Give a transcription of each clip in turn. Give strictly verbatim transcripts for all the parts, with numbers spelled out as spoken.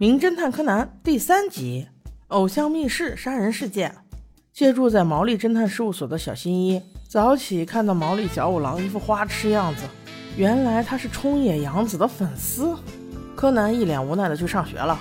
名侦探柯南第三集，偶像密室杀人事件。借住在毛利侦探事务所的小新一，早起看到毛利小五郎一副花痴样子，原来他是冲野洋子的粉丝。柯南一脸无奈的去上学了。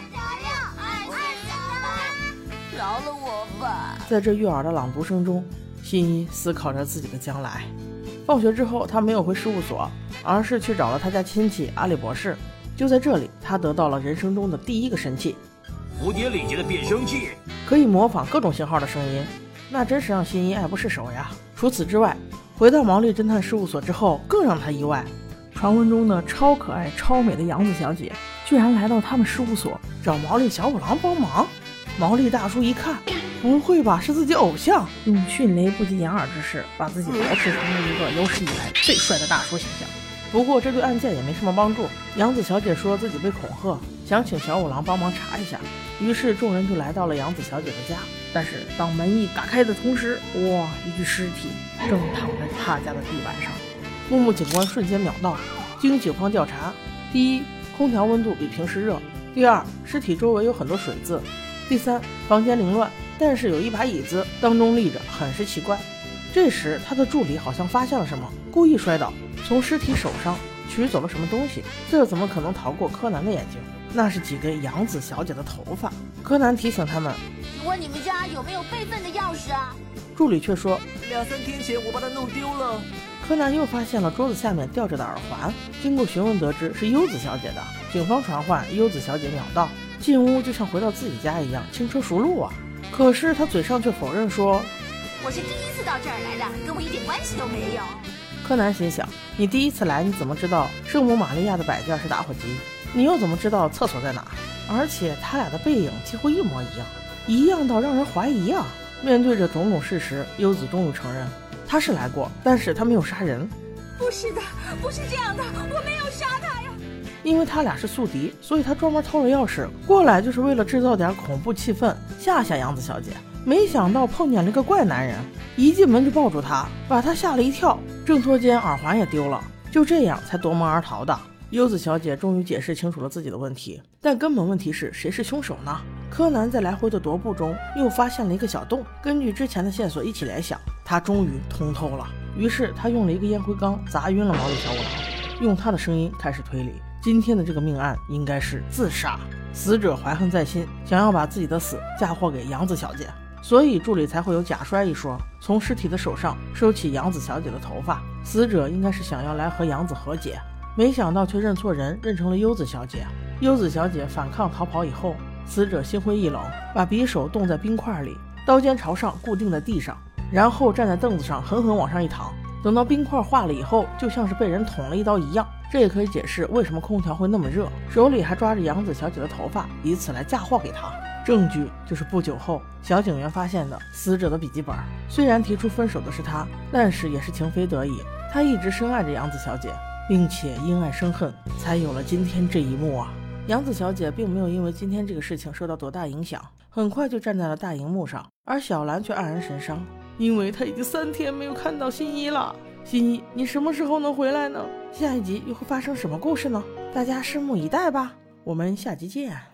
饶了我吧！ 在这悦耳的朗读声中，新一思考着自己的将来。放学之后，他没有回事务所，而是去找了他家亲戚阿里博士。就在这里，他得到了人生中的第一个神器—— 蝴蝶里级的变声器， 可以模仿各种型号的声音，那真是让新一爱不释手呀。除此之外，回到毛利侦探事务所之后，更让他意外，传闻中的超可爱超美的洋子小姐居然来到他们事务所找毛利小五郎帮忙。毛利大叔一看，不会吧，是自己偶像，用迅雷不及掩耳之势把自己捯饬成了一个有史以来最帅的大叔形象。不过这对案件也没什么帮助，洋子小姐说自己被恐吓，想请小五郎帮忙查一下，于是众人就来到了洋子小姐的家。但是当门一打开的同时，哇，一具尸体正躺在他家的地板上。木木警官瞬间秒到，经警方调查，第一，空调温度比平时热；第二，尸体周围有很多水渍；第三，房间凌乱，但是有一把椅子当中立着，很是奇怪。这时他的助理好像发现了什么，故意摔倒，从尸体手上取走了什么东西，这怎么可能逃过柯南的眼睛？那是几根洋子小姐的头发。柯南提醒他们， 请问你们家有没有备份的钥匙啊？ 助理却说， 两三天前我把它弄丢了。 柯南又发现了桌子下面吊着的耳环，经过询问得知是优子小姐的。警方传唤优子小姐秒到，进屋就像回到自己家一样，轻车熟路啊。可是她嘴上却否认说， 我是第一次到这儿来的，跟我一点关系都没有。 柯南心想，你第一次来，你怎么知道圣母玛利亚的摆件是打火机？你又怎么知道厕所在哪？而且他俩的背影几乎一模一样，一样到让人怀疑啊！面对着种种事实，优子终于承认，他是来过，但是他没有杀人。 不是的，不是这样的，我没有杀他呀！ 因为他俩是宿敌，所以他专门偷了钥匙过来，就是为了制造点恐怖气氛，吓吓洋子小姐。没想到碰见了个怪男人，一进门就抱住她，把她吓了一跳，挣脱间耳环也丢了，就这样才夺门而逃的。优子小姐终于解释清楚了自己的问题，但根本问题是谁是凶手呢？柯南在来回的踱步中又发现了一个小洞，根据之前的线索一起联想，他终于通透了。于是他用了一个烟灰缸砸晕了毛利小五郎，用他的声音开始推理，今天的这个命案应该是自杀，死者怀恨在心，想要把自己的死嫁祸给洋子小姐，所以助理才会有假摔一说，从尸体的手上收起洋子小姐的头发。死者应该是想要来和洋子和解，没想到却认错人，认成了优子小姐。优子小姐反抗逃跑以后，死者心灰意冷，把匕首冻在冰块里，刀尖朝上固定在地上，然后站在凳子上狠狠往上一躺，等到冰块化了以后，就像是被人捅了一刀一样。这也可以解释为什么空调会那么热，手里还抓着洋子小姐的头发，以此来嫁祸给她。证据就是不久后小警员发现的死者的笔记本，虽然提出分手的是他，但是也是情非得已，他一直深爱着洋子小姐，并且因爱生恨，才有了今天这一幕啊。洋子小姐并没有因为今天这个事情受到多大影响，很快就站在了大荧幕上，而小兰却黯然神伤，因为她已经三天没有看到新一了。新一，你什么时候能回来呢？下一集又会发生什么故事呢？大家拭目以待吧，我们下集见。